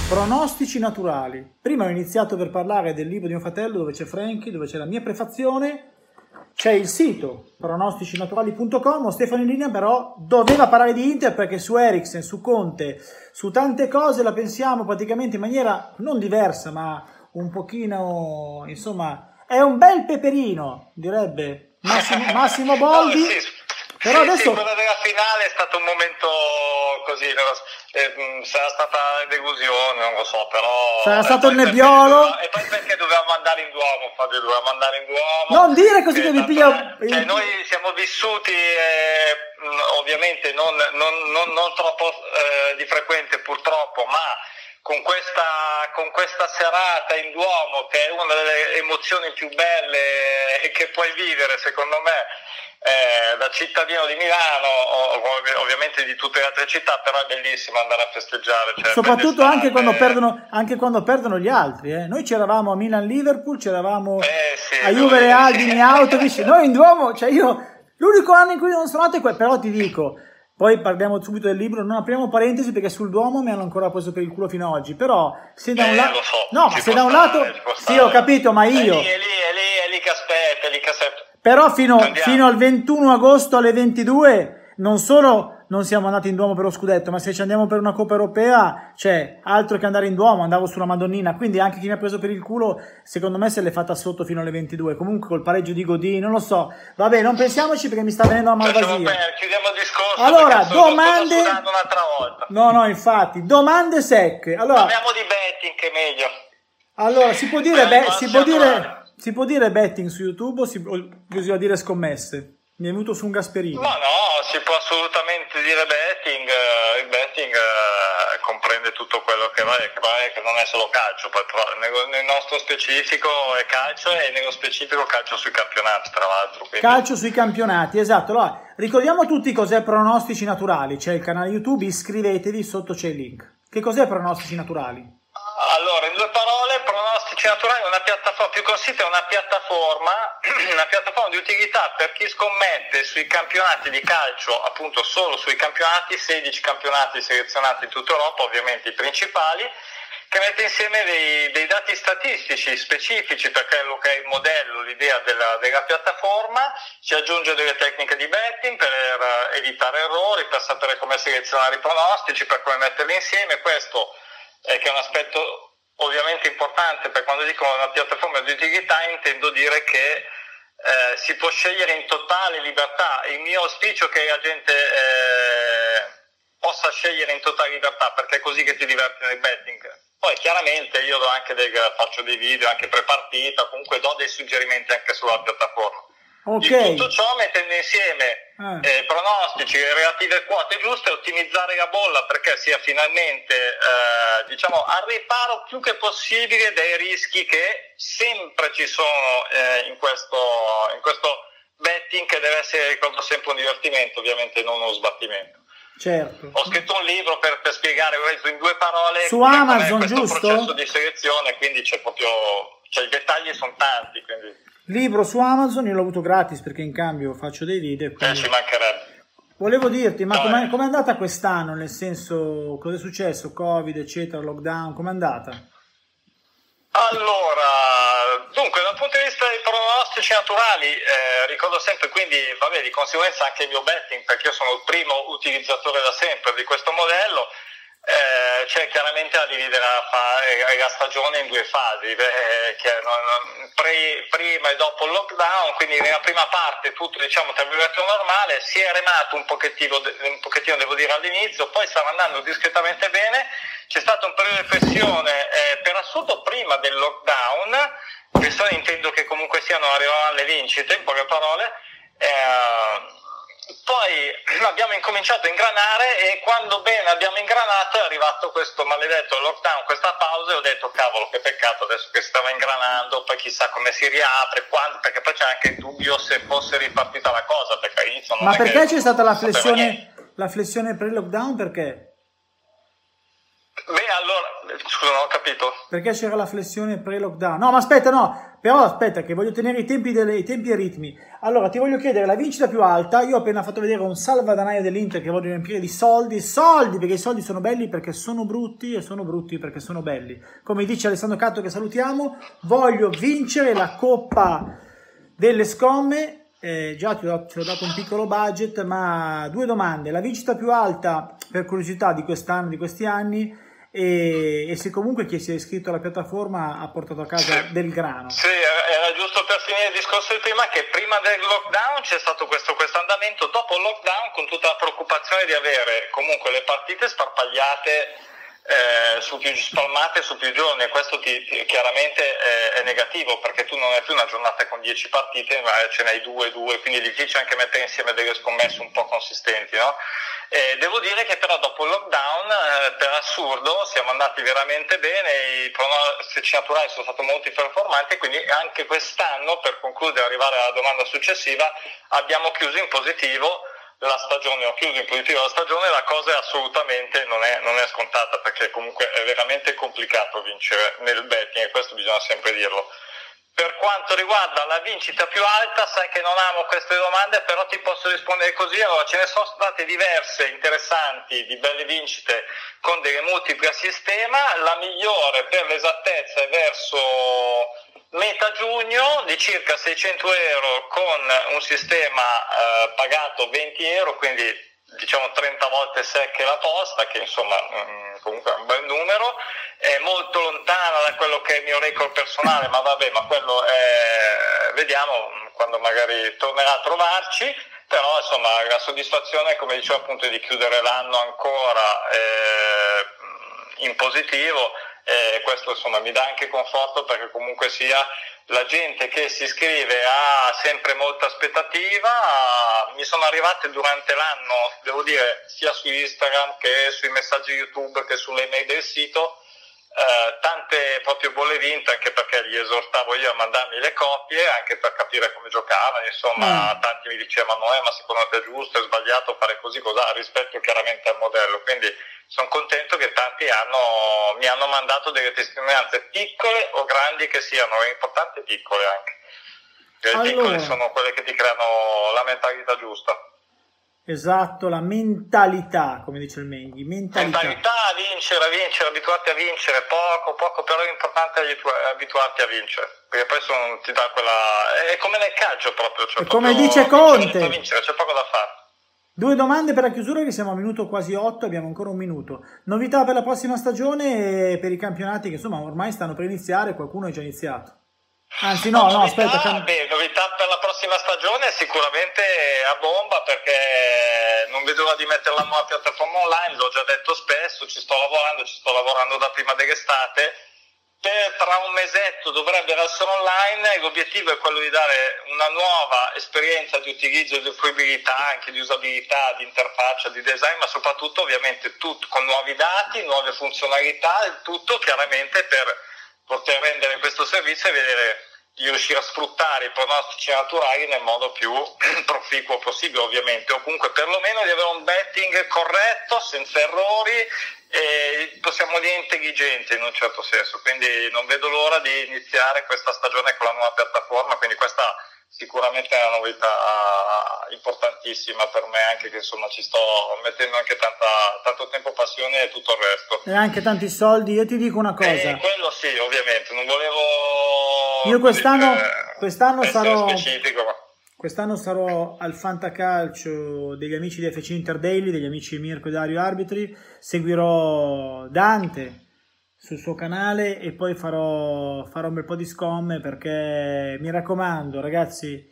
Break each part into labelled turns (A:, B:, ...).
A: Pronostici naturali. Prima ho iniziato per parlare del libro di mio fratello, dove c'è Frankie, dove c'è la mia prefazione. C'è il sito pronosticinaturali.com. Stefano in linea però doveva parlare di Inter, perché su Eriksen, su Conte, su tante cose la pensiamo praticamente in maniera non diversa, ma un pochino, insomma, è un bel peperino, direbbe Massimo Boldi.
B: No, sì.
A: Però adesso...
B: sì, quello della finale è stato un momento così, sarà stata delusione, non lo so, però...
A: Sarà stato il nebbiolo.
B: E poi perché dovevamo andare in Duomo, Fabio, dovevamo andare in Duomo.
A: Non dire così che mi piglia...
B: Cioè, noi siamo vissuti, ovviamente non troppo di frequente purtroppo, ma con questa serata in Duomo, che è una delle emozioni più belle che puoi vivere, secondo me, da cittadino di Milano, ovviamente di tutte le altre città, però è bellissimo andare a festeggiare, cioè,
A: soprattutto anche quando perdono gli altri, eh. Noi c'eravamo a Milan-Liverpool, c'eravamo a Juve-Real di Miautovic, noi in Duomo, cioè l'unico anno in cui non sono andato è però ti dico, poi parliamo subito del libro, non apriamo parentesi perché sul Duomo mi hanno ancora preso per il culo fino ad oggi, però se da un lato...
B: lo so,
A: no, ma se da un lato... Sì, ho capito, ma io...
B: È lì che aspetta.
A: Però fino al 21 agosto alle 22 non solo non siamo andati in Duomo per lo scudetto, ma se ci andiamo per una Coppa Europea, cioè, altro che andare in Duomo, andavo sulla Madonnina, quindi anche chi mi ha preso per il culo, secondo me se l'è fatta sotto fino alle 22, comunque col pareggio di Godin, non lo so, vabbè, non pensiamoci perché mi sta venendo la malvasia.
B: Chiudiamo il discorso.
A: Allora, domande...
B: un'altra volta.
A: No, infatti, domande secche. Allora,
B: parliamo di betting, che è meglio.
A: Allora, si può dire betting su YouTube o bisogna dire scommesse? Mi è venuto su un Gasperini.
B: No, si può assolutamente dire betting. Il betting comprende tutto quello che non è solo calcio, nel nostro specifico è calcio e nello specifico calcio sui campionati, tra l'altro. Quindi... Calcio
A: sui campionati, esatto. Allora, ricordiamo tutti cos'è Pronostici Naturali. C'è il canale YouTube, iscrivetevi, sotto c'è il link. Che cos'è Pronostici Naturali?
B: Allora, in due parole, Pronostici Naturali è una piattaforma, più consiste, è una piattaforma di utilità per chi scommette sui campionati di calcio, appunto solo sui campionati, 16 campionati selezionati in tutta Europa, ovviamente i principali, che mette insieme dei dati statistici specifici per quello che è il modello, l'idea della piattaforma, ci aggiunge delle tecniche di betting per evitare errori, per sapere come selezionare i pronostici, per come metterli insieme. Questo che è un aspetto ovviamente importante, per quando dico una piattaforma di utilità intendo dire che si può scegliere in totale libertà. Il mio auspicio è che la gente possa scegliere in totale libertà, perché è così che ti diverti nel betting. Poi chiaramente io faccio dei video anche pre-partita, comunque do dei suggerimenti anche sulla piattaforma.
A: Okay.
B: Di tutto ciò mettendo insieme pronostici, le relative quote giuste, ottimizzare la bolla perché sia finalmente al riparo più che possibile dai rischi che sempre ci sono in questo betting, che deve essere, ricordo, sempre un divertimento, ovviamente non uno sbattimento.
A: Certo.
B: Ho scritto un libro per spiegare in due parole
A: su Amazon,
B: questo
A: giusto?
B: Processo di selezione, quindi i dettagli sono tanti, quindi...
A: Libro su Amazon, io l'ho avuto gratis perché in cambio faccio dei video.
B: Ci mancherebbe.
A: Volevo dirti, ma com'è andata quest'anno? Nel senso, cosa è successo? Covid, eccetera, lockdown, com'è andata?
B: Allora, dunque, dal punto di vista dei pronostici naturali, ricordo sempre, quindi, di conseguenza anche il mio betting, perché io sono il primo utilizzatore da sempre di questo modello. C'è chiaramente da dividere la stagione in due fasi, prima e dopo il lockdown, quindi nella prima parte tutto, tra virgolette, normale, si è remato un pochettino devo dire all'inizio, poi stava andando discretamente bene, c'è stato un periodo di pressione per assurdo prima del lockdown, pressione intendo che comunque arrivavano le vincite, in poche parole, poi abbiamo incominciato a ingranare e quando bene abbiamo ingranato è arrivato questo maledetto lockdown, questa pausa, e ho detto cavolo che peccato adesso che stava ingranando, poi chissà come si riapre, quando, perché poi c'è anche il dubbio se fosse ripartita la cosa, perché all'inizio non...
A: Ma perché c'è stata la flessione pre-lockdown, perché?
B: Beh, allora, scusa, non ho capito.
A: Perché c'era la flessione pre-lockdown? No, ma aspetta, no, però aspetta che voglio tenere i tempi e i ritmi. Allora, ti voglio chiedere la vincita più alta. Io ho appena fatto vedere un salvadanaio dell'Inter che voglio riempire di soldi, perché i soldi sono belli perché sono brutti e sono brutti perché sono belli. Come dice Alessandro Catto, che salutiamo, voglio vincere la Coppa delle Scomme. Già ti ho dato un piccolo budget, ma 2 domande. La vincita più alta, per curiosità, di quest'anno, di questi anni, e se comunque chi si è iscritto alla piattaforma ha portato a casa del grano.
B: Sì, era giusto per finire il discorso di prima, che prima del lockdown c'è stato questo andamento, dopo il lockdown con tutta la preoccupazione di avere comunque le partite sparpagliate spalmate su più giorni, e questo chiaramente è negativo, perché tu non hai più una giornata con 10 partite, ma ce n'hai 2, quindi è difficile anche mettere insieme delle scommesse un po' consistenti, no? Devo dire che però dopo il lockdown, per assurdo, siamo andati veramente bene, i pronostici naturali sono stati molto performanti, quindi anche quest'anno, per concludere e arrivare alla domanda successiva, abbiamo chiuso in positivo la stagione, ho chiuso in positivo la stagione. La cosa è assolutamente non è scontata, perché comunque è veramente complicato vincere nel betting, e questo bisogna sempre dirlo. Per quanto riguarda la vincita più alta, sai che non amo queste domande, però ti posso rispondere così. Allora, ce ne sono state diverse interessanti di belle vincite con delle multiple a sistema. La migliore per l'esattezza è verso metà giugno, di circa 600 euro, con un sistema pagato 20 euro, quindi diciamo 30 volte secche la posta, che insomma comunque è un bel numero. È molto lontana da quello che è il mio record personale, ma vabbè, ma quello vediamo quando magari tornerà a trovarci. Però insomma la soddisfazione, come dicevo appunto, è di chiudere l'anno ancora in positivo, e questo insomma mi dà anche conforto, perché comunque sia la gente che si iscrive ha sempre molta aspettativa. Mi sono arrivate durante l'anno, devo dire, sia su Instagram che sui messaggi YouTube che sulle email del sito, tante proprio bolle vinte, anche perché li esortavo io a mandarmi le copie, anche per capire come giocavano. Insomma, tanti mi dicevano ma secondo te è giusto, è sbagliato fare così, cosa, rispetto chiaramente al modello. Quindi sono contento che tanti mi hanno mandato delle testimonianze, piccole o grandi che siano, è importante piccole anche. Le piccole sono quelle che ti creano la mentalità giusta.
A: Esatto, la mentalità, come dice il Menghi. Mentalità,
B: vincere, abituarti a vincere, poco, però è importante abituarti a vincere, perché poi ti dà quella... È come nel calcio proprio. Cioè,
A: come dice Conte,
B: vincere, c'è poco da fare.
A: 2 domande per la chiusura, che siamo a minuto quasi 8, abbiamo ancora un minuto. Novità per la prossima stagione e per i campionati che insomma ormai stanno per iniziare, qualcuno è già iniziato. Anzi aspetta.
B: Novità per la prossima stagione sicuramente a bomba, perché non vedo l'ora di mettere la nuova piattaforma online, l'ho già detto spesso, ci sto lavorando da prima dell'estate. Tra un mesetto dovrebbero essere online, e l'obiettivo è quello di dare una nuova esperienza di utilizzo e di fruibilità, anche di usabilità, di interfaccia, di design, ma soprattutto ovviamente tutto con nuovi dati, nuove funzionalità, tutto chiaramente per poter rendere questo servizio e vedere di riuscire a sfruttare i pronostici naturali nel modo più proficuo possibile, ovviamente, o comunque perlomeno di avere un betting corretto, senza errori, e possiamo dire intelligente in un certo senso. Quindi non vedo l'ora di iniziare questa stagione con la nuova piattaforma, quindi questa sicuramente è una novità importantissima per me, anche che insomma ci sto mettendo anche tanto tempo, passione e tutto il resto.
A: E anche tanti soldi. Io ti dico una cosa.
B: Quello sì, ovviamente, non volevo...
A: Io quest'anno sarò...
B: specifico, ma...
A: Quest'anno sarò al Fantacalcio degli amici di FC Inter Daily, degli amici Mirko e Dario Arbitri. Seguirò Dante sul suo canale e poi farò un bel po' di scomme, perché mi raccomando ragazzi,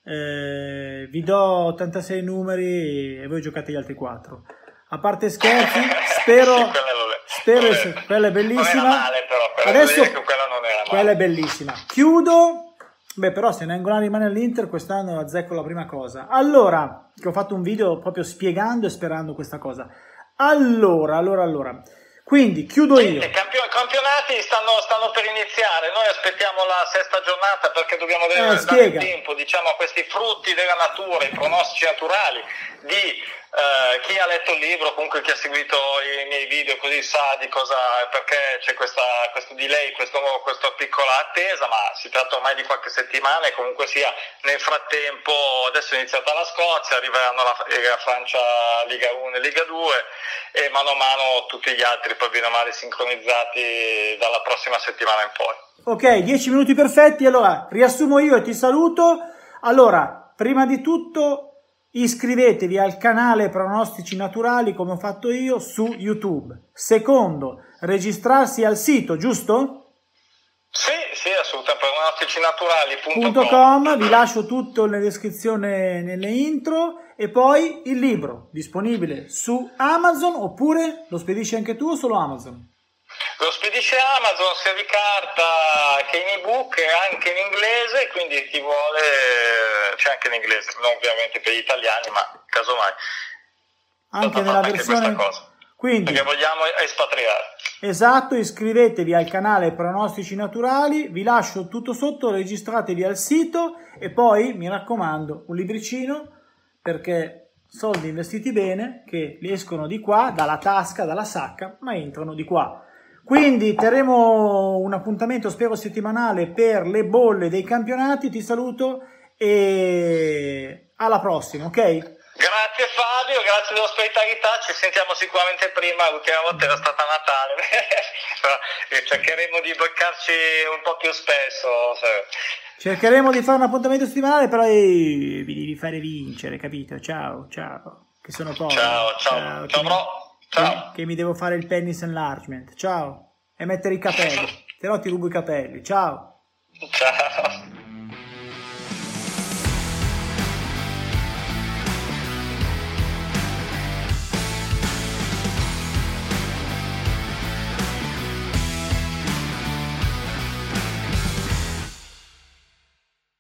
A: vi do 86 numeri e voi giocate gli altri 4. A parte scherzi, spero quella è bellissima.
B: Non era male, però,
A: adesso
B: quella non era male.
A: Quella è bellissima. Chiudo. Però se Nainggolan rimane all'Inter quest'anno azzecco la prima cosa. Allora, che ho fatto un video proprio spiegando e sperando questa cosa. Allora. Quindi chiudo io.
B: I campionati stanno per iniziare. Noi aspettiamo la 6ª giornata, perché dobbiamo dare tempo, diciamo, a questi frutti della natura, i pronostici naturali, chi ha letto il libro, comunque chi ha seguito i miei video così sa di cosa, perché c'è questo delay, questa piccola attesa, ma si tratta ormai di qualche settimana e comunque sia nel frattempo adesso è iniziata la Scozia, arriveranno la Francia Liga 1 e Liga 2 e mano a mano tutti gli altri poi bene o male sincronizzati dalla prossima settimana in poi.
A: Ok, 10 minuti perfetti, allora riassumo io e ti saluto. Allora, prima di tutto iscrivetevi al canale Pronostici Naturali come ho fatto io su YouTube. Secondo, registrarsi al sito, giusto?
B: Sì, assolutamente, pronosticinaturali.com.
A: Vi lascio tutto nella descrizione, nelle intro, e poi il libro disponibile su Amazon, oppure lo spedisci anche tu o solo Amazon?
B: Lo spedisce Amazon sia di carta che in ebook e anche in inglese, quindi chi vuole c'è anche in inglese, non ovviamente per gli italiani, ma casomai.
A: Anche nella versione... Quindi,
B: perché vogliamo espatriare.
A: Esatto, iscrivetevi al canale Pronostici Naturali, vi lascio tutto sotto, registratevi al sito e poi, mi raccomando, un libricino, perché soldi investiti bene, che escono di qua, dalla tasca, dalla sacca, ma entrano di qua. Quindi terremo un appuntamento, spero settimanale, per le bolle dei campionati. Ti saluto e alla prossima, ok?
B: Grazie Fabio, grazie dell'ospitalità, ci sentiamo sicuramente prima, l'ultima volta era stata Natale, cercheremo di beccarci un po' più spesso.
A: Cercheremo di fare un appuntamento settimanale, però vi devi fare vincere, capito? Ciao, che sono pochi.
B: Ciao.
A: Che mi devo fare il penis enlargement, ciao, e mettere i capelli, se no ti rubo i capelli, ciao.